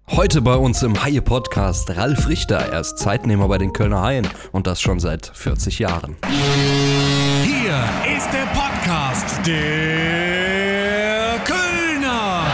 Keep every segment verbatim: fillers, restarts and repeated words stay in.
Heute bei uns im Haie-Podcast Ralf Richter. Er ist Zeitnehmer bei den Kölner Haien und das schon seit vierzig Jahren. Hier ist der Podcast der Kölner.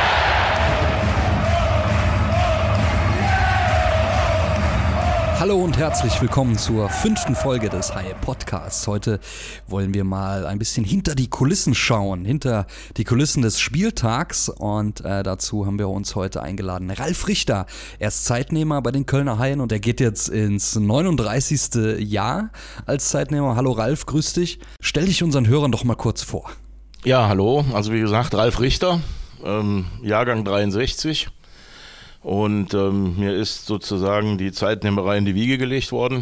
Hallo und herzlich willkommen zur fünften Folge des Haie-Podcasts. Heute wollen wir mal ein bisschen hinter die Kulissen schauen, hinter die Kulissen des Spieltags. Und äh, dazu haben wir uns heute eingeladen Ralf Richter. Er ist Zeitnehmer bei den Kölner Haien und er geht jetzt ins neununddreißigste Jahr als Zeitnehmer. Hallo Ralf, grüß dich. Stell dich unseren Hörern doch mal kurz vor. Ja, hallo. Also wie gesagt, Ralf Richter, ähm, Jahrgang dreiundsechzig. Und ähm, mir ist sozusagen die Zeitnehmerei in die Wiege gelegt worden.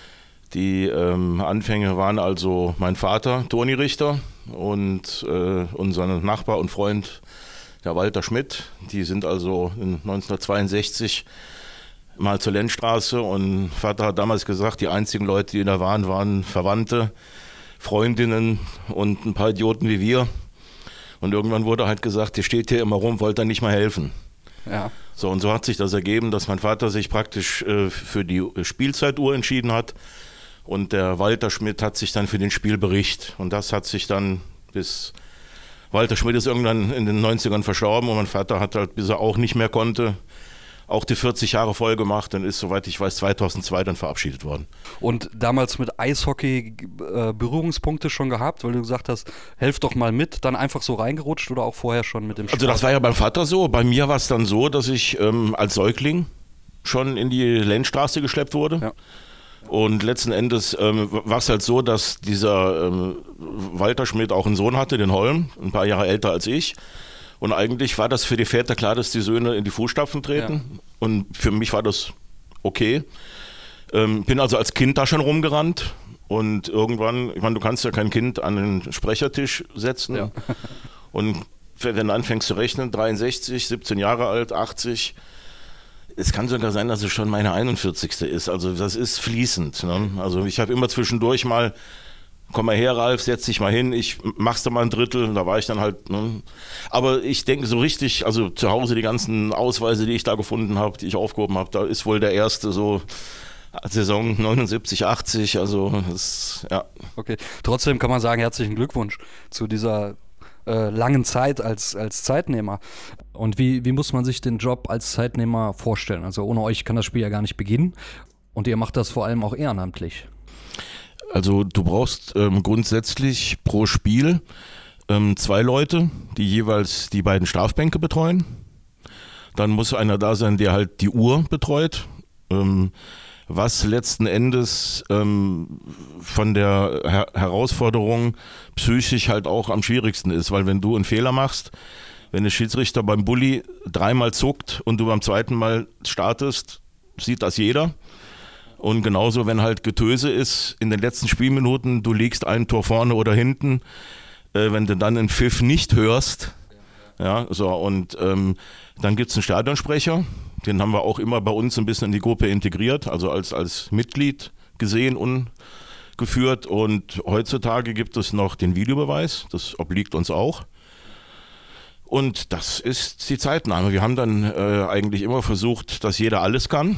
Die ähm, Anfänge waren also mein Vater, Toni Richter, und äh, unser Nachbar und Freund, der Walter Schmidt. Die sind also in neunzehnhundertzweiundsechzig mal zur Lenzstraße, und Vater hat damals gesagt, die einzigen Leute, die da waren, waren Verwandte, Freundinnen und ein paar Idioten wie wir. Und irgendwann wurde halt gesagt, ihr steht hier immer rum, wollt ihr nicht mal helfen. Ja. So, und so hat sich das ergeben, dass mein Vater sich praktisch äh, für die Spielzeituhr entschieden hat und der Walter Schmidt hat sich dann für den Spielbericht. Und das hat sich dann bis, Walter Schmidt ist irgendwann in den neunzigern verstorben und mein Vater hat halt, bis er auch nicht mehr konnte, auch die vierzig Jahre voll gemacht und ist, soweit ich weiß, zweitausendzwei dann verabschiedet worden. Und damals mit Eishockey äh, Berührungspunkte schon gehabt, weil du gesagt hast, helf doch mal mit, dann einfach so reingerutscht oder auch vorher schon mit dem Sport? Also das war ja beim Vater so. Bei mir war es dann so, dass ich ähm, als Säugling schon in die Lenzstraße geschleppt wurde. Ja. Und letzten Endes ähm, war es halt so, dass dieser ähm, Walter Schmidt auch einen Sohn hatte, den Holm, ein paar Jahre älter als ich. Und eigentlich war das für die Väter klar, dass die Söhne in die Fußstapfen treten. Ja. Und für mich war das okay. Ähm, bin also als Kind da schon rumgerannt. Und irgendwann, ich meine, du kannst ja kein Kind an den Sprechertisch setzen. Ja. Und wenn du anfängst zu rechnen, dreiundsechzig, siebzehn Jahre alt, achtzig, es kann sogar sein, dass es schon meine einundvierzigste ist. Also das ist fließend. Ne? Also ich habe immer zwischendurch mal, komm mal her, Ralf, setz dich mal hin, ich mach's da mal ein Drittel, da war ich dann halt, ne? Aber ich denke so richtig, also zu Hause die ganzen Ausweise, die ich da gefunden habe, die ich aufgehoben habe, da ist wohl der erste so Saison neunundsiebzig, achtzig, also das, ja. Okay, trotzdem kann man sagen, herzlichen Glückwunsch zu dieser äh, langen Zeit als, als Zeitnehmer. Und wie, wie muss man sich den Job als Zeitnehmer vorstellen? Also ohne euch kann das Spiel ja gar nicht beginnen und ihr macht das vor allem auch ehrenamtlich. Also du brauchst ähm, grundsätzlich pro Spiel ähm, zwei Leute, die jeweils die beiden Strafbänke betreuen. Dann muss einer da sein, der halt die Uhr betreut, ähm, was letzten Endes ähm, von der Her- Herausforderung psychisch halt auch am schwierigsten ist, weil wenn du einen Fehler machst, wenn der Schiedsrichter beim Bulli dreimal zuckt und du beim zweiten Mal startest, sieht das jeder. Und genauso, wenn halt Getöse ist in den letzten Spielminuten, du liegst ein Tor vorne oder hinten, äh, wenn du dann einen Pfiff nicht hörst, ja, so, und ähm, dann gibt es einen Stadionsprecher, den haben wir auch immer bei uns ein bisschen in die Gruppe integriert, also als, als Mitglied gesehen und geführt. Und heutzutage gibt es noch den Videobeweis, das obliegt uns auch. Und das ist die Zeitnahme. Wir haben dann äh, eigentlich immer versucht, dass jeder alles kann.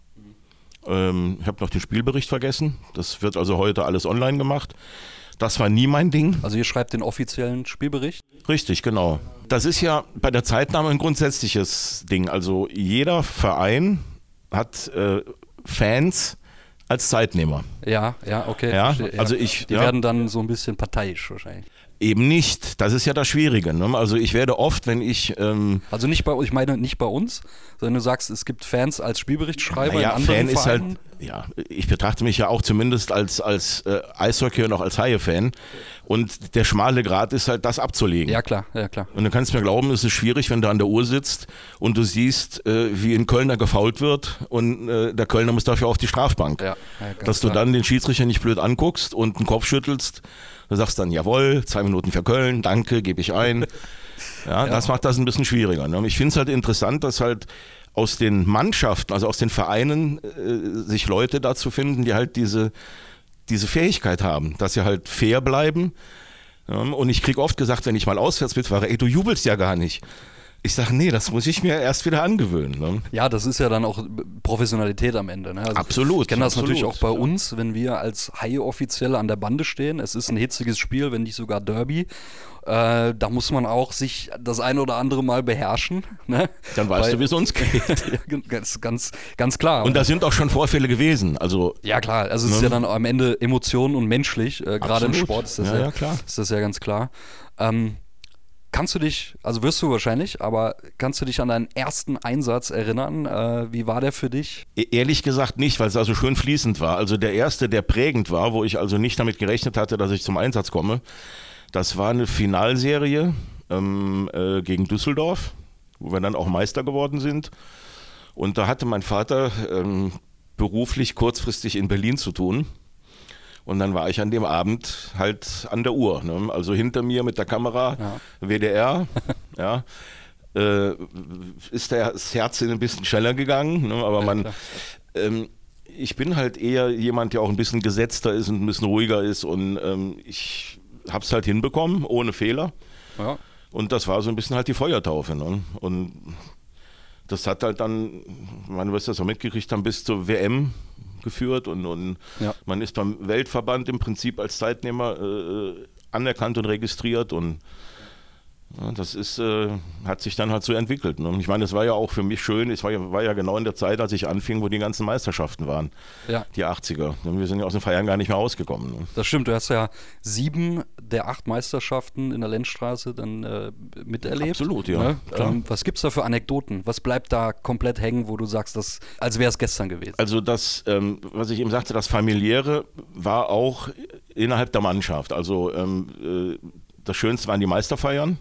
Ähm, ich habe noch den Spielbericht vergessen. Das wird also heute alles online gemacht. Das war nie mein Ding. Also ihr schreibt den offiziellen Spielbericht? Richtig, genau. Das ist ja bei der Zeitnahme ein grundsätzliches Ding. Also jeder Verein hat äh, Fans als Zeitnehmer. Ja, ja, okay. Ja, verstehe, ja. also ich, Die ja. werden dann so ein bisschen parteiisch wahrscheinlich. Eben nicht. Das ist ja das Schwierige. Ne? Also ich werde oft, wenn ich... Ähm also nicht bei, ich meine nicht bei uns, sondern du sagst, es gibt Fans als Spielberichtschreiber ja, in anderen Fan ist Vereinen. halt, ja, ich betrachte mich ja auch zumindest als, als äh, Eishockey und auch als Haie-Fan. Und der schmale Grat ist halt, das abzulegen. Ja, klar, ja, klar. Und du kannst mir glauben, es ist schwierig, wenn du an der Uhr sitzt und du siehst, äh, wie in Kölner gefoult wird und äh, der Kölner muss dafür auf die Strafbank. Ja, ja, Dass du klar. dann den Schiedsrichter nicht blöd anguckst und den Kopf schüttelst. Du sagst dann, jawohl, zwei Minuten für Köln, danke, gebe ich ein. Ja, ja, das macht das ein bisschen schwieriger. Ne? Ich finde es halt interessant, dass halt aus den Mannschaften, also aus den Vereinen, äh, sich Leute dazu finden, die halt diese, diese Fähigkeit haben, dass sie halt fair bleiben. Ja, und ich kriege oft gesagt, wenn ich mal auswärts mitfahre, ey, du jubelst ja gar nicht. Ich sage, nee, das muss ich mir erst wieder angewöhnen. Ne? Ja, das ist ja dann auch Professionalität am Ende. Ne? Also absolut. Ich kenne das absolut, natürlich auch bei ja. uns, wenn wir als Haie-Offizielle an der Bande stehen. Es ist ein hitziges Spiel, wenn nicht sogar Derby. Äh, da muss man auch sich das eine oder andere Mal beherrschen. Ne? Dann weißt Weil, du, wie es uns geht. ja, ganz, ganz, ganz klar. Und da sind auch schon Vorfälle gewesen. Also, ja, klar. Also es ne? ist ja dann am Ende Emotionen und menschlich. Äh, Gerade im Sport ist das ja, ja, ja, klar. ist das ja ganz klar. Ähm, Kannst du dich, also wirst du wahrscheinlich, aber kannst du dich an deinen ersten Einsatz erinnern? Äh, wie war der für dich? Ehrlich gesagt nicht, weil es also schön fließend war. Also der erste, der prägend war, wo ich also nicht damit gerechnet hatte, dass ich zum Einsatz komme, das war eine Finalserie ähm, äh, gegen Düsseldorf, wo wir dann auch Meister geworden sind. Und da hatte mein Vater ähm, beruflich kurzfristig in Berlin zu tun. Und dann war ich an dem Abend halt an der Uhr. Ne? Also hinter mir mit der Kamera, ja. W D R, ja, äh, ist der, das Herz ein bisschen schneller gegangen. Ne? Aber ja, man, ähm, ich bin halt eher jemand, der auch ein bisschen gesetzter ist und ein bisschen ruhiger ist. Und ähm, ich habe es halt hinbekommen, ohne Fehler. Ja. Und das war so ein bisschen halt die Feuertaufe. Ne? Und das hat halt dann, man wirst das auch mitgekriegt haben, bis zur W M geführt und, und ja. man ist beim Weltverband im Prinzip als Zeitnehmer äh, anerkannt und registriert und ja, das ist, äh, hat sich dann halt so entwickelt. Ne? Ich meine, es war ja auch für mich schön, es war ja, war ja genau in der Zeit, als ich anfing, wo die ganzen Meisterschaften waren, ja. die achtziger. Wir sind ja aus den Feiern gar nicht mehr rausgekommen. Ne? Das stimmt, du hast ja sieben der acht Meisterschaften in der Lenzstraße dann äh, miterlebt. Absolut, ja. Ne? Ähm, was gibt es da für Anekdoten? Was bleibt da komplett hängen, wo du sagst, das, als wäre es gestern gewesen? Also das, ähm, was ich eben sagte, das Familiäre war auch innerhalb der Mannschaft. Also ähm, äh, das Schönste waren die Meisterfeiern.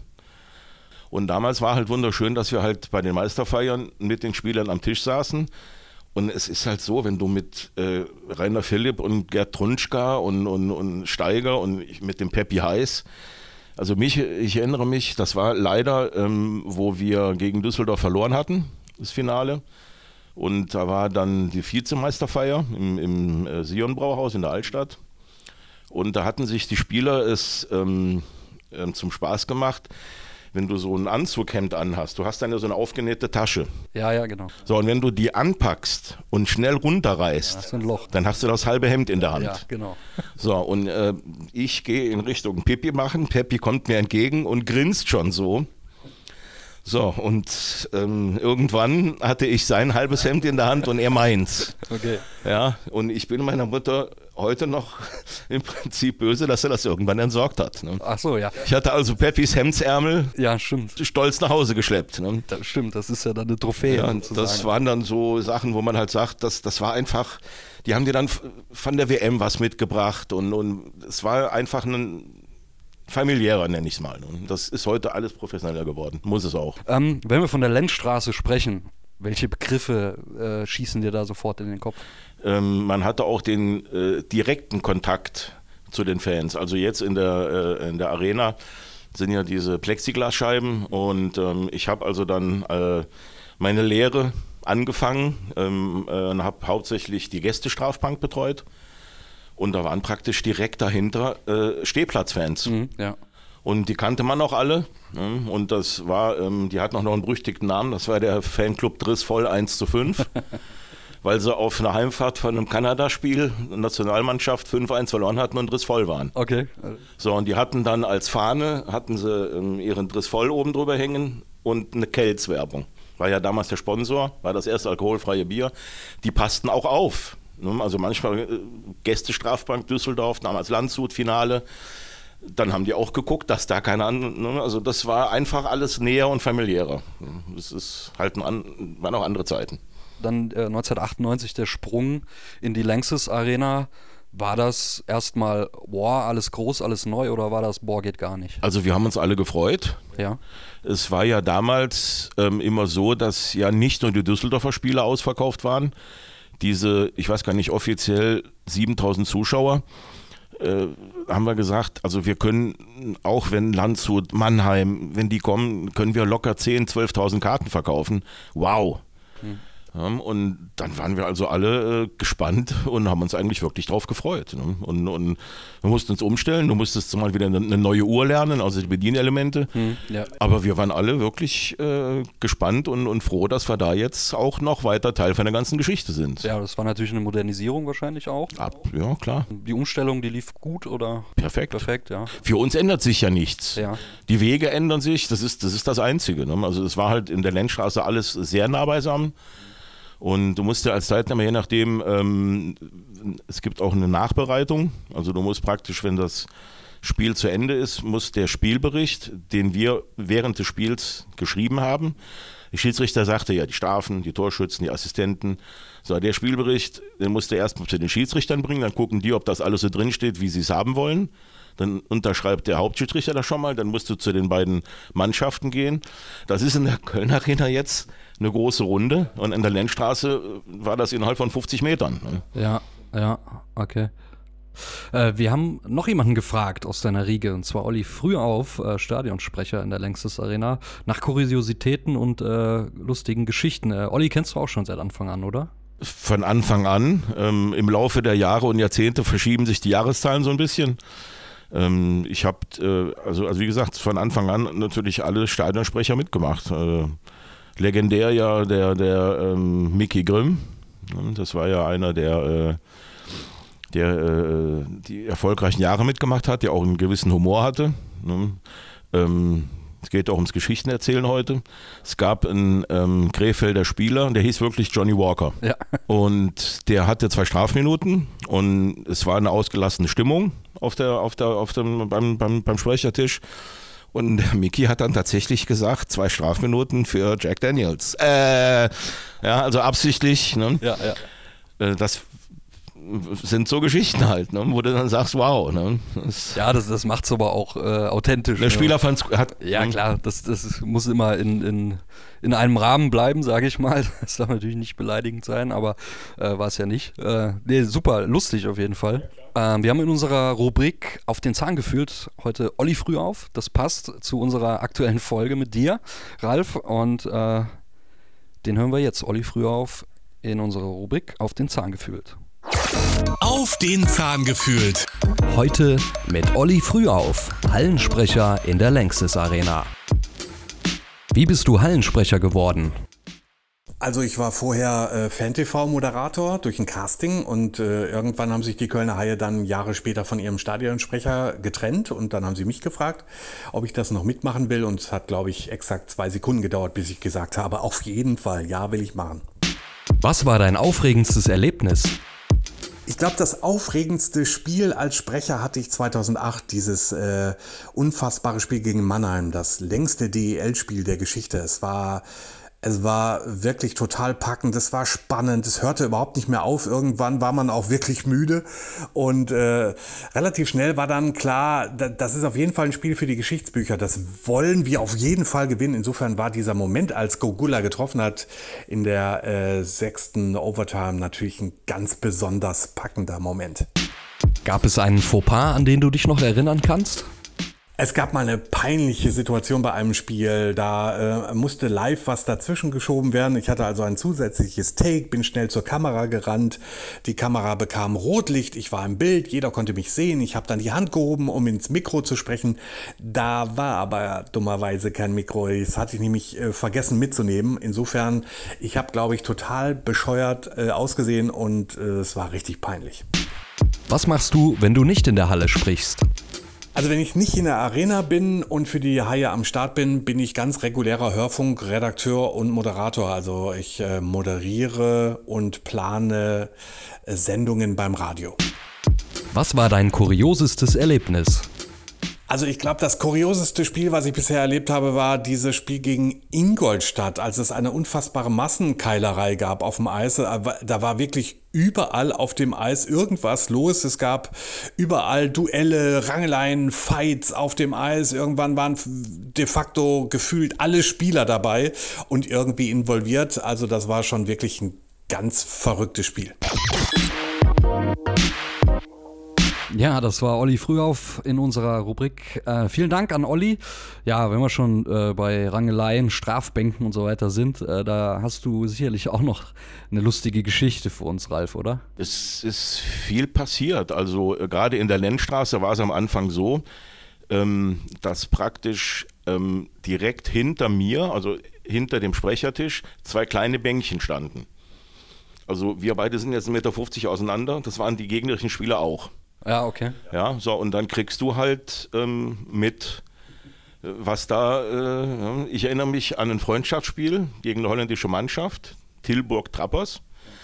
Und damals war halt wunderschön, dass wir halt bei den Meisterfeiern mit den Spielern am Tisch saßen. Und es ist halt so, wenn du mit äh, Rainer Philipp und Gerd Trunschka und, und, und Steiger und ich mit dem Peppi Heiß, also mich, ich erinnere mich, das war leider, ähm, wo wir gegen Düsseldorf verloren hatten, das Finale. Und da war dann die Vizemeisterfeier im, im äh, Sion Brauhaus in der Altstadt. Und da hatten sich die Spieler es ähm, äh, zum Spaß gemacht, wenn du so ein Anzughemd anhast, du hast dann ja so eine aufgenähte Tasche. Ja, ja, genau. So, und wenn du die anpackst und schnell runterreißt, ja, hast du ein Loch. Dann hast du das halbe Hemd in der Hand. Ja, genau. So, und äh, ich gehe in Richtung Pippi machen, Peppi kommt mir entgegen und grinst schon so. So, und ähm, irgendwann hatte ich sein halbes Hemd in der Hand und er meins. Okay. Ja, und ich bin meiner Mutter heute noch im Prinzip böse, dass er das irgendwann entsorgt hat. Ne? Ach so, ja. Ich hatte also Peppis Hemdsärmel ja, stimmt. stolz nach Hause geschleppt. Ne? Das stimmt, das ist ja dann eine Trophäe. Ja, das waren dann so Sachen, wo man halt sagt, das, das war einfach, die haben dir dann von der W M was mitgebracht und, und es war einfach ein familiärer, nenne ich es mal. Und das ist heute alles professioneller geworden, muss es auch. Ähm, wenn wir von der Lenzstraße sprechen, welche Begriffe äh, schießen dir da sofort in den Kopf? Ähm, man hatte auch den äh, direkten Kontakt zu den Fans. Also jetzt in der, äh, in der Arena sind ja diese Plexiglasscheiben und ähm, ich habe also dann äh, meine Lehre angefangen ähm, äh, und habe hauptsächlich die Gästestrafbank betreut. Und da waren praktisch direkt dahinter äh, Stehplatzfans. Mhm, ja. Und die kannte man auch alle. Ne? Und das war, ähm, die hat noch einen berüchtigten Namen, das war der Fanclub Drissvoll eins zu fünf. Weil sie auf einer Heimfahrt von einem Kanada-Spiel, eine Nationalmannschaft, fünf eins verloren hatten und Drissvoll waren. Okay. So, und die hatten dann als Fahne, hatten sie ähm, ihren Drissvoll oben drüber hängen und eine Kelz-Werbung. War ja damals der Sponsor, war das erste alkoholfreie Bier. Die passten auch auf. Also manchmal äh, Gästestrafbank Düsseldorf, damals Landshut-Finale. Dann haben die auch geguckt, dass da keine anderen, also das war einfach alles näher und familiärer. Das ist halt ein, waren auch andere Zeiten. Dann äh, neunzehnhundertachtundneunzig der Sprung in die Lanxess Arena. War das erstmal, boah, alles groß, alles neu oder war das, boah, geht gar nicht? Also wir haben uns alle gefreut. Ja. Es war ja damals ähm, immer so, dass ja nicht nur die Düsseldorfer Spiele ausverkauft waren. Diese, ich weiß gar nicht, offiziell siebentausend Zuschauer, äh, haben wir gesagt, also wir können, auch wenn Landshut, Mannheim, wenn die kommen, können wir locker zehntausend, zwölftausend Karten verkaufen. Wow. Hm. Ja, und dann waren wir also alle äh, gespannt und haben uns eigentlich wirklich drauf gefreut. Ne? Und, und wir mussten uns umstellen, du musstest mal wieder eine, eine neue Uhr lernen, also die Bedienelemente. Hm, ja. Aber wir waren alle wirklich äh, gespannt und, und froh, dass wir da jetzt auch noch weiter Teil von der ganzen Geschichte sind. Ja, das war natürlich eine Modernisierung wahrscheinlich auch. Ab, ja, klar. Die Umstellung, die lief gut oder? Perfekt. Perfekt, ja. Für uns ändert sich ja nichts. Ja. Die Wege ändern sich, das ist das, ist das Einzige. Ne? Also es war halt in der Lenzstraße alles sehr nah beisammen. Und du musst ja als Zeitnehmer, je nachdem, ähm, es gibt auch eine Nachbereitung. Also du musst praktisch, wenn das Spiel zu Ende ist, muss der Spielbericht, den wir während des Spiels geschrieben haben, der Schiedsrichter sagte ja, die Strafen, die Torschützen, die Assistenten, so der Spielbericht, den musst du erstmal zu den Schiedsrichtern bringen, dann gucken die, ob das alles so drinsteht, wie sie es haben wollen. Dann unterschreibt der Hauptschiedsrichter das schon mal, dann musst du zu den beiden Mannschaften gehen. Das ist in der Köln Arena jetzt eine große Runde und in der Lenzstraße war das innerhalb von fünfzig Metern. Ja, ja, okay. Äh, wir haben noch jemanden gefragt aus deiner Riege, und zwar Olli Frühauf, äh, Stadionsprecher in der Längstes Arena, nach Kuriositäten und äh, lustigen Geschichten. Äh, Olli kennst du auch schon seit Anfang an, oder? Von Anfang an. Ähm, im Laufe der Jahre und Jahrzehnte verschieben sich die Jahreszahlen so ein bisschen. Ähm, ich habe, äh, also, also wie gesagt, von Anfang an natürlich alle Stadionsprecher mitgemacht. Äh, legendär ja der, der ähm, Micky Grimm. Das war ja einer, der, äh, der äh, die erfolgreichen Jahre mitgemacht hat, der auch einen gewissen Humor hatte. Ne? Ähm, es geht auch ums Geschichtenerzählen heute. Es gab einen ähm, Krefelder Spieler, der hieß wirklich Johnny Walker. Ja. Und der hatte zwei Strafminuten und es war eine ausgelassene Stimmung auf der, auf der, auf dem, beim, beim, beim Sprechertisch. Und der Micky hat dann tatsächlich gesagt, zwei Strafminuten für Jack Daniels. Äh, ja, also absichtlich. Ne? Ja, ja. Äh, das sind so Geschichten halt, ne? Wo du dann sagst, wow. Ne? Das ja, das, das macht es aber auch äh, authentisch. Der Spieler fand's, hat... Ja klar, das, das muss immer in, in, in einem Rahmen bleiben, sage ich mal. Das darf natürlich nicht beleidigend sein, aber äh, war es ja nicht. Äh, nee, super, lustig auf jeden Fall. Ähm, wir haben in unserer Rubrik Auf den Zahn gefühlt heute Olli Frühauf. Das passt zu unserer aktuellen Folge mit dir, Ralf. Und äh, den hören wir jetzt, Olli Frühauf, in unserer Rubrik Auf den Zahn gefühlt. Auf den Zahn gefühlt. Heute mit Olli Frühauf, Hallensprecher in der Längstes Arena. Wie bist du Hallensprecher geworden? Also ich war vorher äh, Fan-T V-Moderator durch ein Casting und äh, irgendwann haben sich die Kölner Haie dann Jahre später von ihrem Stadionsprecher getrennt und dann haben sie mich gefragt, ob ich das noch mitmachen will, und es hat, glaube ich, exakt zwei Sekunden gedauert, bis ich gesagt habe, auf jeden Fall, ja, will ich machen. Was war dein aufregendstes Erlebnis? Ich glaube, das aufregendste Spiel als Sprecher hatte ich zweitausendacht, dieses äh, unfassbare Spiel gegen Mannheim, das längste D E L-Spiel der Geschichte. Es war, es war wirklich total packend, es war spannend, es hörte überhaupt nicht mehr auf. Irgendwann war man auch wirklich müde und äh, relativ schnell war dann klar, das ist auf jeden Fall ein Spiel für die Geschichtsbücher. Das wollen wir auf jeden Fall gewinnen. Insofern war dieser Moment, als Gogula getroffen hat in der äh, sechsten Overtime, natürlich ein ganz besonders packender Moment. Gab es einen Fauxpas, an den du dich noch erinnern kannst? Es gab mal eine peinliche Situation bei einem Spiel, da äh, musste live was dazwischen geschoben werden. Ich hatte also ein zusätzliches Take, bin schnell zur Kamera gerannt. Die Kamera bekam Rotlicht, ich war im Bild, jeder konnte mich sehen. Ich habe dann die Hand gehoben, um ins Mikro zu sprechen. Da war aber dummerweise kein Mikro, das hatte ich nämlich äh, vergessen mitzunehmen. Insofern, ich habe, glaube ich, total bescheuert äh, ausgesehen und äh, es war richtig peinlich. Was machst du, wenn du nicht in der Halle sprichst? Also wenn ich nicht in der Arena bin und für die Haie am Start bin, bin ich ganz regulärer Hörfunkredakteur und Moderator. Also ich äh, moderiere und plane äh, Sendungen beim Radio. Was war dein kuriosestes Erlebnis? Also ich glaube, das kurioseste Spiel, was ich bisher erlebt habe, war dieses Spiel gegen Ingolstadt, als es eine unfassbare Massenkeilerei gab auf dem Eis. Da war wirklich überall auf dem Eis irgendwas los. Es gab überall Duelle, Rangeleien, Fights auf dem Eis. Irgendwann waren de facto gefühlt alle Spieler dabei und irgendwie involviert. Also das war schon wirklich ein ganz verrücktes Spiel. Ja, das war Olli Frühauf in unserer Rubrik. Äh, vielen Dank an Olli. Ja, wenn wir schon äh, bei Rangeleien, Strafbänken und so weiter sind, äh, da hast du sicherlich auch noch eine lustige Geschichte für uns, Ralf, oder? Es ist viel passiert. Also äh, gerade in der Lenzstraße war es am Anfang so, ähm, dass praktisch ähm, direkt hinter mir, also hinter dem Sprechertisch, zwei kleine Bänkchen standen. Also wir beide sind jetzt eins Komma fünfzig Meter auseinander, das waren die gegnerischen Spieler auch. Ja, okay. Ja, so, und dann kriegst du halt ähm, mit, äh, was da, äh, ich erinnere mich an ein Freundschaftsspiel gegen eine holländische Mannschaft, Tilburg Trappers.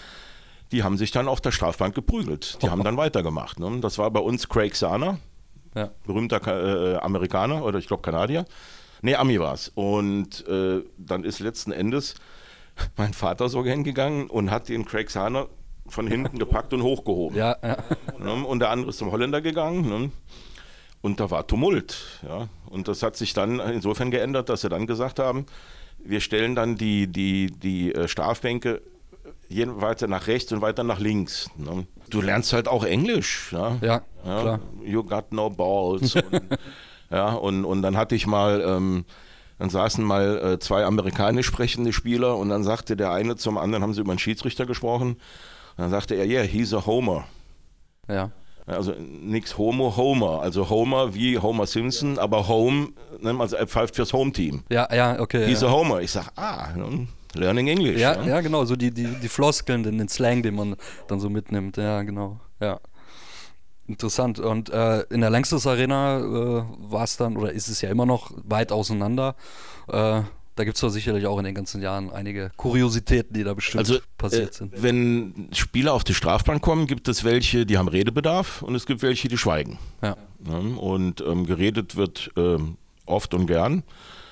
Die haben sich dann auf der Strafbank geprügelt. Die haben dann weitergemacht. Ne? Das war bei uns Craig Sana, ja. berühmter äh, Amerikaner oder ich glaube Kanadier. Nee, Ami war es. Und äh, dann ist letzten Endes mein Vater sogar hingegangen und hat den Craig Sana von hinten gepackt und hochgehoben. Ja, ja. Und der andere ist zum Holländer gegangen. Ne? Und da war Tumult. Ja? Und das hat sich dann insofern geändert, dass sie dann gesagt haben, wir stellen dann die, die, die Strafbänke weiter nach rechts und weiter nach links. Ne? Du lernst halt auch Englisch. Ja, ja, ja klar. You got no balls. und, ja, und, und dann hatte ich mal... Ähm, Dann saßen mal äh, zwei amerikanisch sprechende Spieler und dann sagte der eine zum anderen, haben sie über einen Schiedsrichter gesprochen, und dann sagte er, yeah, he's a Homer. Ja. Also nix Homo, Homer. Also Homer wie Homer Simpson, aber Home, also er pfeift fürs Home-Team. Ja, ja, okay. He's ja. a Homer. Ich sag, ah, learning English. Ja, ja, ja, genau, so die, die, die Floskeln, den, den Slang, den man dann so mitnimmt. Ja, genau, ja. Interessant. Und äh, in der Lanxess Arena äh, war es dann, oder ist es ja immer noch weit auseinander. Äh, da gibt es doch sicherlich auch in den ganzen Jahren einige Kuriositäten, die da bestimmt also, passiert äh, sind. Wenn Spieler auf die Strafbank kommen, gibt es welche, die haben Redebedarf und es gibt welche, die schweigen. Ja. Ja, und ähm, geredet wird ähm, oft und gern.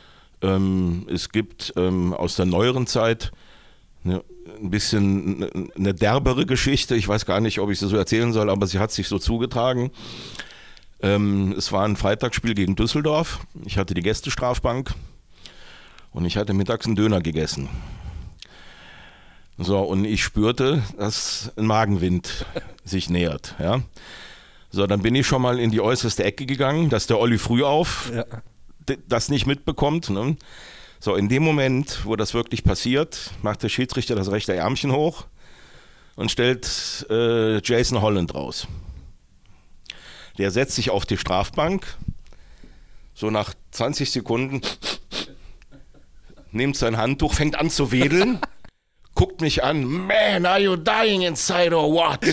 Ähm, es gibt ähm, aus der neueren Zeit eine, ein bisschen eine derbere Geschichte. Ich weiß gar nicht, ob ich sie so erzählen soll, aber sie hat sich so zugetragen. Ähm, es war ein Freitagsspiel gegen Düsseldorf. Ich hatte die Gästestrafbank und ich hatte mittags einen Döner gegessen. So, und ich spürte, dass ein Magenwind sich nähert. Ja. So, dann bin ich schon mal in die äußerste Ecke gegangen, dass der Olli Frühauf ja. das nicht mitbekommt. Ne? So, in dem Moment, wo das wirklich passiert, macht der Schiedsrichter das rechte Ärmchen hoch und stellt äh, Jason Holland raus. Der setzt sich auf die Strafbank, so nach zwanzig Sekunden, nimmt sein Handtuch, fängt an zu wedeln, guckt mich an, man, are you dying inside or what?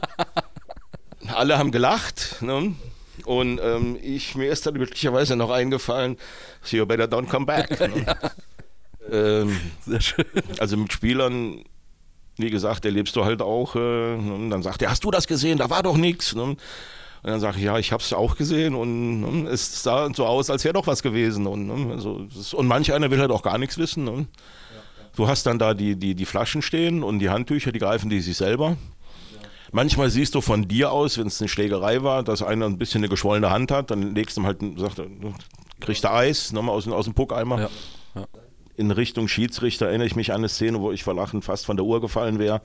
Alle haben gelacht, ne? Und ähm, ich, mir ist dann glücklicherweise noch eingefallen, so you better don't come back. Ne? Ja. Ähm, Sehr schön. Also mit Spielern, wie gesagt, erlebst du halt auch, äh, und dann sagt er, hast du das gesehen? Da war doch nichts. Ne? Und dann sage ich, ja, ich habe es auch gesehen und ne, es sah so aus, als wäre doch was gewesen. Und, ne, also, ist, und manch einer will halt auch gar nichts wissen. Ne? Ja, ja. Du hast dann da die, die, die Flaschen stehen und die Handtücher, die greifen die sich selber. Manchmal siehst du von dir aus, wenn es eine Schlägerei war, dass einer ein bisschen eine geschwollene Hand hat, dann legst du ihm halt, sagt er, kriegst du Eis, nochmal aus, aus dem Puckeimer. Ja, ja. In Richtung Schiedsrichter erinnere ich mich an eine Szene, wo ich vor Lachen fast von der Uhr gefallen wäre.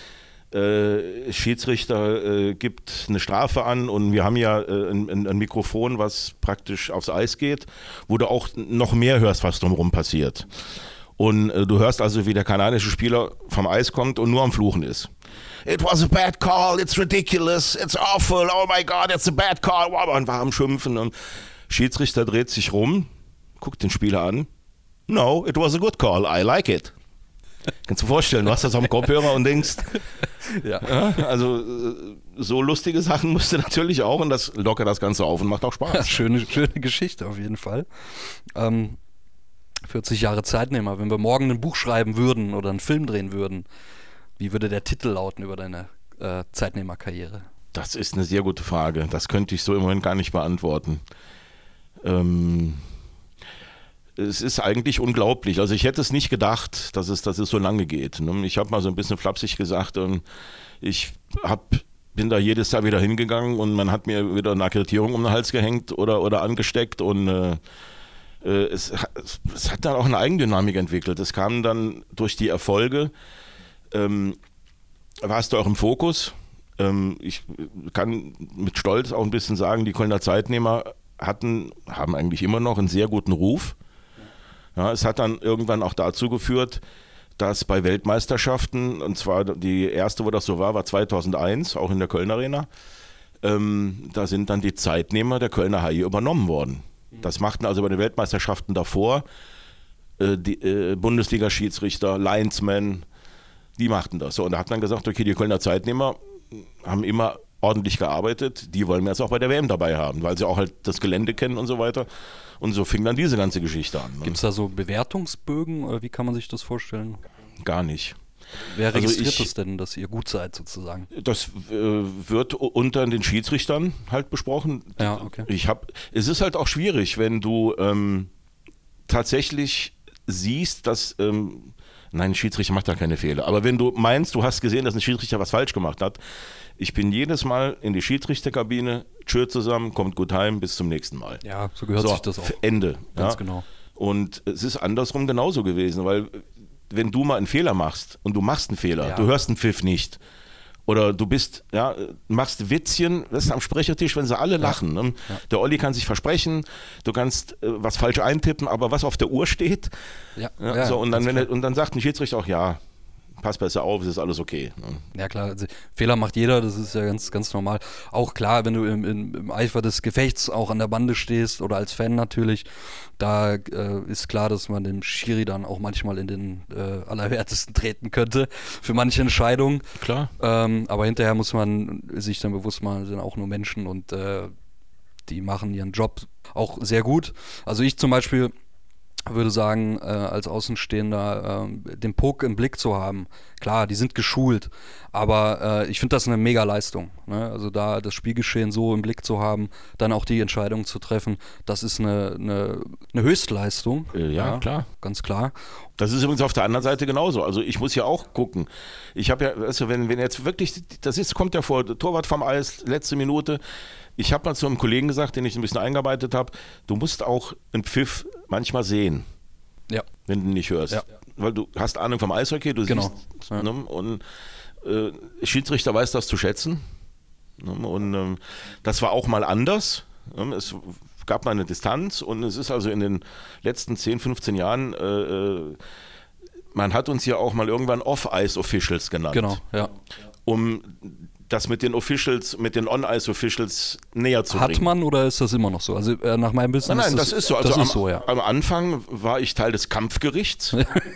Äh, Schiedsrichter äh, gibt eine Strafe an und wir haben ja äh, ein, ein Mikrofon, was praktisch aufs Eis geht, wo du auch noch mehr hörst, was drumherum passiert. Und äh, du hörst also, wie der kanadische Spieler vom Eis kommt und nur am Fluchen ist. It was a bad call, it's ridiculous, it's awful, oh my God, it's a bad call. Wow, und war am Schimpfen. Und Schiedsrichter dreht sich rum, guckt den Spieler an. No, it was a good call, I like it. Kannst du dir vorstellen, du hast das am Kopfhörer und denkst, ja. Ja, also so lustige Sachen musst du natürlich auch und das lockert das Ganze auf und macht auch Spaß. Ja, schöne, schöne Geschichte auf jeden Fall. Ähm, vierzig Jahre Zeitnehmer, wenn wir morgen ein Buch schreiben würden oder einen Film drehen würden, wie würde der Titel lauten über deine äh, Zeitnehmerkarriere? Das ist eine sehr gute Frage. Das könnte ich so im Moment gar nicht beantworten. Ähm, es ist eigentlich unglaublich. Also ich hätte es nicht gedacht, dass es, dass es so lange geht. Ich habe mal so ein bisschen flapsig gesagt, ich hab, bin da jedes Jahr wieder hingegangen und man hat mir wieder eine Akkreditierung um den Hals gehängt oder, oder angesteckt und äh, es, es hat dann auch eine Eigendynamik entwickelt. Es kam dann durch die Erfolge, Ähm, warst du auch im Fokus. Ähm, ich kann mit Stolz auch ein bisschen sagen, die Kölner Zeitnehmer hatten, haben eigentlich immer noch einen sehr guten Ruf. Ja, es hat dann irgendwann auch dazu geführt, dass bei Weltmeisterschaften, und zwar die erste, wo das so war, war zweitausendeins, auch in der Kölner Arena, ähm, da sind dann die Zeitnehmer der Kölner Haie übernommen worden. Das machten also bei den Weltmeisterschaften davor äh, die äh, Bundesliga-Schiedsrichter, Linesmen, die machten das. So, und da hat man gesagt, okay, die Kölner Zeitnehmer haben immer ordentlich gearbeitet, die wollen wir jetzt auch bei der W M dabei haben, weil sie auch halt das Gelände kennen und so weiter. Und so fing dann diese ganze Geschichte an. Ne? Gibt es da so Bewertungsbögen oder wie kann man sich das vorstellen? Gar nicht. Wer registriert also ich, das denn, dass ihr gut seid sozusagen? Das äh, wird unter den Schiedsrichtern halt besprochen. Ja, okay. Ich hab, es ist halt auch schwierig, wenn du ähm, tatsächlich siehst, dass ähm, nein, ein Schiedsrichter macht da keine Fehler. Aber wenn du meinst, du hast gesehen, dass ein Schiedsrichter was falsch gemacht hat, ich bin jedes Mal in die Schiedsrichterkabine, tschö zusammen, kommt gut heim, bis zum nächsten Mal. Ja, so gehört so, sich das auch. Ende. Ganz ja. genau. Und es ist andersrum genauso gewesen, weil wenn du mal einen Fehler machst und du machst einen Fehler, Ja. du hörst einen Pfiff nicht oder du bist, ja, machst Witzchen, das ist am Sprechertisch, wenn sie alle lachen. Ne? Ja. Der Olli kann sich versprechen, du kannst äh, was falsch eintippen, aber was auf der Uhr steht, Ja, ja, ja, so, und, dann, ganz wenn klar. er, und dann sagt ein Schiedsrichter auch, ja, pass besser auf, es ist alles okay. Ne? Ja klar, also Fehler macht jeder, das ist ja ganz, ganz normal. Auch klar, wenn du im, im, im Eifer des Gefechts auch an der Bande stehst oder als Fan natürlich, da äh, ist klar, dass man dem Schiri dann auch manchmal in den äh, Allerwertesten treten könnte für manche Entscheidungen. Klar. Ähm, aber hinterher muss man sich dann bewusst machen, sind auch nur Menschen und äh, die machen ihren Job auch sehr gut. Also ich zum Beispiel würde sagen, äh, als Außenstehender äh, den Puck im Blick zu haben. Klar, die sind geschult, aber äh, ich finde das eine Mega-Leistung. Ne? Also da das Spielgeschehen so im Blick zu haben, dann auch die Entscheidung zu treffen, das ist eine, eine, eine Höchstleistung. Äh, ja, klar. Ganz klar. Das ist übrigens auf der anderen Seite genauso. Also ich muss ja auch gucken. Ich habe ja, also wenn, wenn jetzt wirklich, das ist, kommt ja vor, Torwart vom Eis, letzte Minute. Ich habe mal zu einem Kollegen gesagt, den ich ein bisschen eingearbeitet habe, du musst auch einen Pfiff manchmal sehen, Ja. wenn du ihn nicht hörst. Ja. Weil du hast Ahnung vom Eishockey, du Genau. siehst, Ja. ne, und äh, Schiedsrichter weiß das zu schätzen. Ne, und ähm, das war auch mal anders. Ne, es gab mal eine Distanz und es ist also in den letzten zehn, fünfzehn Jahren, äh, äh, man hat uns ja auch mal irgendwann Off-Ice-Officials genannt. Genau, ja. Um das mit den Officials, mit den On-Ice-Officials näher zu Hat bringen. man oder ist das immer noch so? Also äh, nach meinem Wissen Nein, nein, ist das ist so. Also das am, ist so, ja. am Anfang war ich Teil des Kampfgerichts.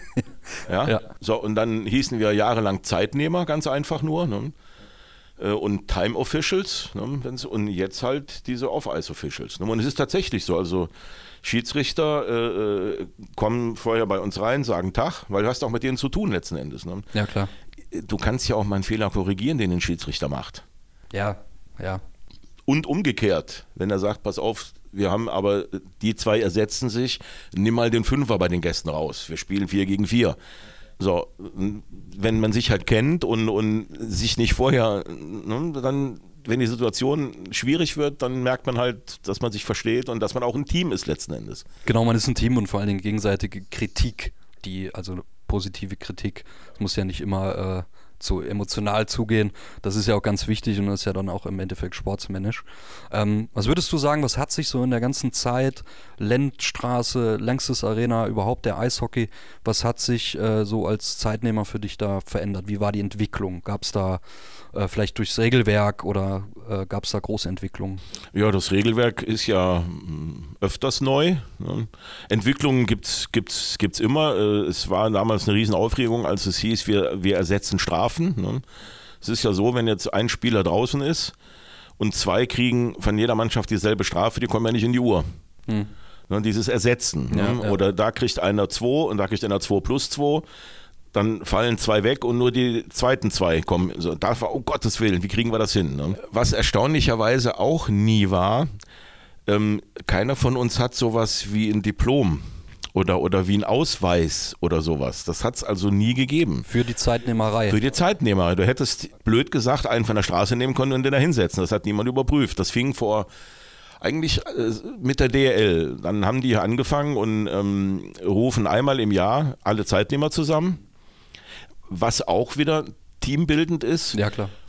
ja? Ja. So, und dann hießen wir jahrelang Zeitnehmer, ganz einfach nur. Ne? Äh, Und Time Officials. Ne? Wenn's- Und jetzt halt diese Off-Ice-Officials. Ne? Und es ist tatsächlich so. Also Schiedsrichter äh, äh, kommen vorher bei uns rein, sagen Tag, weil du hast auch mit denen zu tun letzten Endes. Ne? Ja, klar. Du kannst ja auch mal einen Fehler korrigieren, den ein Schiedsrichter macht. Ja, ja. Und umgekehrt, wenn er sagt, pass auf, wir haben aber, die zwei ersetzen sich, nimm mal den Fünfer bei den Gästen raus. Wir spielen vier gegen vier. So, wenn man sich halt kennt und, und sich nicht vorher, ne, dann, wenn die Situation schwierig wird, dann merkt man halt, dass man sich versteht und dass man auch ein Team ist letzten Endes. Genau, man ist ein Team und vor allen Dingen gegenseitige Kritik, die, also positive Kritik, muss ja nicht immer äh, so emotional zugehen. Das ist ja auch ganz wichtig und das ist ja dann auch im Endeffekt sportsmännisch. Ähm, was würdest du sagen, was hat sich so in der ganzen Zeit, Lendstraße, längstes Arena, überhaupt der Eishockey, was hat sich äh, so als Zeitnehmer für dich da verändert? Wie war die Entwicklung? Gab es da äh, vielleicht durchs Regelwerk oder äh, gab es da große Entwicklungen? Ja, das Regelwerk ist ja mh, öfters neu. Ne? Entwicklungen gibt es gibt's, gibt's immer. Äh, es war damals eine Riesenaufregung, als es hieß, wir, wir ersetzen Strafen. Ne? Es ist ja so, wenn jetzt ein Spieler draußen ist und zwei kriegen von jeder Mannschaft dieselbe Strafe, die kommen ja nicht in die Uhr. Hm. Ne? Dieses Ersetzen. Ja, Ne? ja. Oder da kriegt einer zwei und da kriegt einer zwei plus zwei. Dann fallen zwei weg und nur die zweiten zwei kommen. So, da war, oh Gottes Willen, wie kriegen wir das hin? Ne? Was erstaunlicherweise auch nie war, ähm, keiner von uns hat sowas wie ein Diplom oder, oder wie ein Ausweis oder sowas. Das hat es also nie gegeben. Für die Zeitnehmerei. Für die Zeitnehmer. Du hättest, blöd gesagt, einen von der Straße nehmen können und den da hinsetzen. Das hat niemand überprüft. Das fing vor, eigentlich äh, mit der D E L. Dann haben die hier angefangen und ähm, rufen einmal im Jahr alle Zeitnehmer zusammen, was auch wieder teambildend ist. Ja, klar.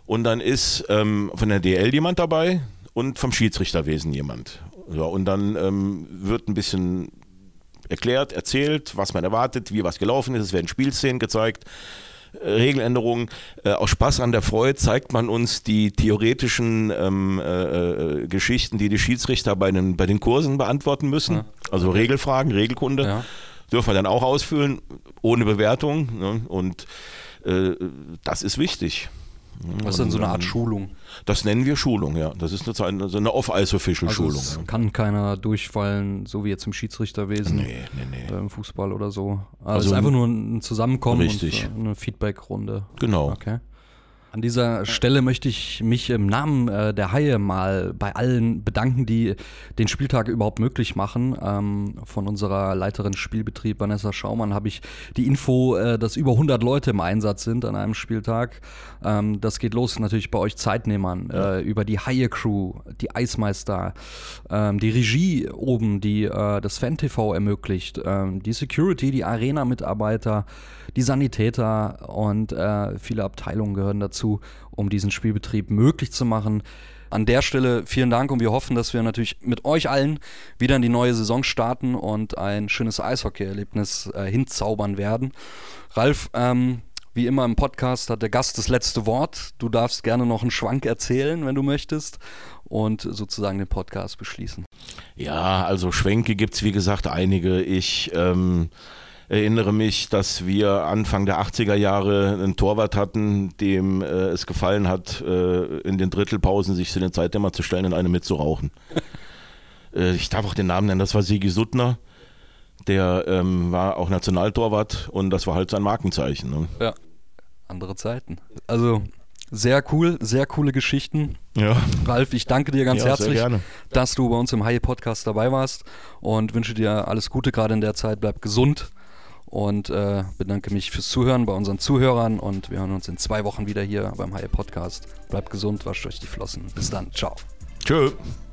Und dann ist ähm, von der D L jemand dabei und vom Schiedsrichterwesen jemand. Ja, und dann ähm, wird ein bisschen erklärt, erzählt, was man erwartet, wie was gelaufen ist. Es werden Spielszenen gezeigt, äh, Regeländerungen. Äh, aus Spaß an der Freude zeigt man uns die theoretischen ähm, äh, Geschichten, die die Schiedsrichter bei den, bei den Kursen beantworten müssen. Ja. Also okay. Regelfragen, Regelkunde. Ja. Dürfen wir dann auch ausfüllen, ohne Bewertung. Ne? Und äh, das ist wichtig. Was ist denn so eine Art Schulung? Das nennen wir Schulung, ja. Das ist eine, so eine Off-Ice-Official-Schulung. Also es kann keiner durchfallen, so wie jetzt im Schiedsrichterwesen, nee, nee, nee. Äh, im Fußball oder so. Also, also es ist einfach nur ein Zusammenkommen richtig. Und eine Feedback-Runde. Genau. Okay. An dieser Stelle möchte ich mich im Namen äh, der Haie mal bei allen bedanken, die den Spieltag überhaupt möglich machen. Ähm, von unserer Leiterin Spielbetrieb, Vanessa Schaumann, habe ich die Info, äh, dass über hundert Leute im Einsatz sind an einem Spieltag. Ähm, das geht los natürlich bei euch Zeitnehmern, ja. äh, über die Haie-Crew, die Eismeister, ähm, die Regie oben, die äh, das Fan-T V ermöglicht, ähm, die Security, die Arena-Mitarbeiter, die Sanitäter und äh, viele Abteilungen gehören dazu, um diesen Spielbetrieb möglich zu machen. An der Stelle vielen Dank und wir hoffen, dass wir natürlich mit euch allen wieder in die neue Saison starten und ein schönes Eishockey-Erlebnis äh, hinzaubern werden. Ralf, ähm, wie immer im Podcast hat der Gast das letzte Wort. Du darfst gerne noch einen Schwank erzählen, wenn du möchtest, und sozusagen den Podcast beschließen. Ja, also Schwänke gibt es wie gesagt einige. Ich ähm erinnere mich, dass wir Anfang der achtziger Jahre einen Torwart hatten, dem äh, es gefallen hat, äh, in den Drittelpausen sich zu den Zeitdämmer zu stellen und eine mitzurauchen. äh, ich darf auch den Namen nennen, das war Sigi Suttner, der ähm, war auch Nationaltorwart und das war halt sein Markenzeichen. Ne? Ja, andere Zeiten. Also sehr cool, sehr coole Geschichten. Ja. Ralf, ich danke dir ganz ja, herzlich, dass du bei uns im Haie-Podcast dabei warst und wünsche dir alles Gute gerade in der Zeit. Bleib gesund. Und äh, bedanke mich fürs Zuhören bei unseren Zuhörern und wir hören uns in zwei Wochen wieder hier beim Haie Podcast. Bleibt gesund, wascht euch die Flossen. Bis dann, ciao. Tschö.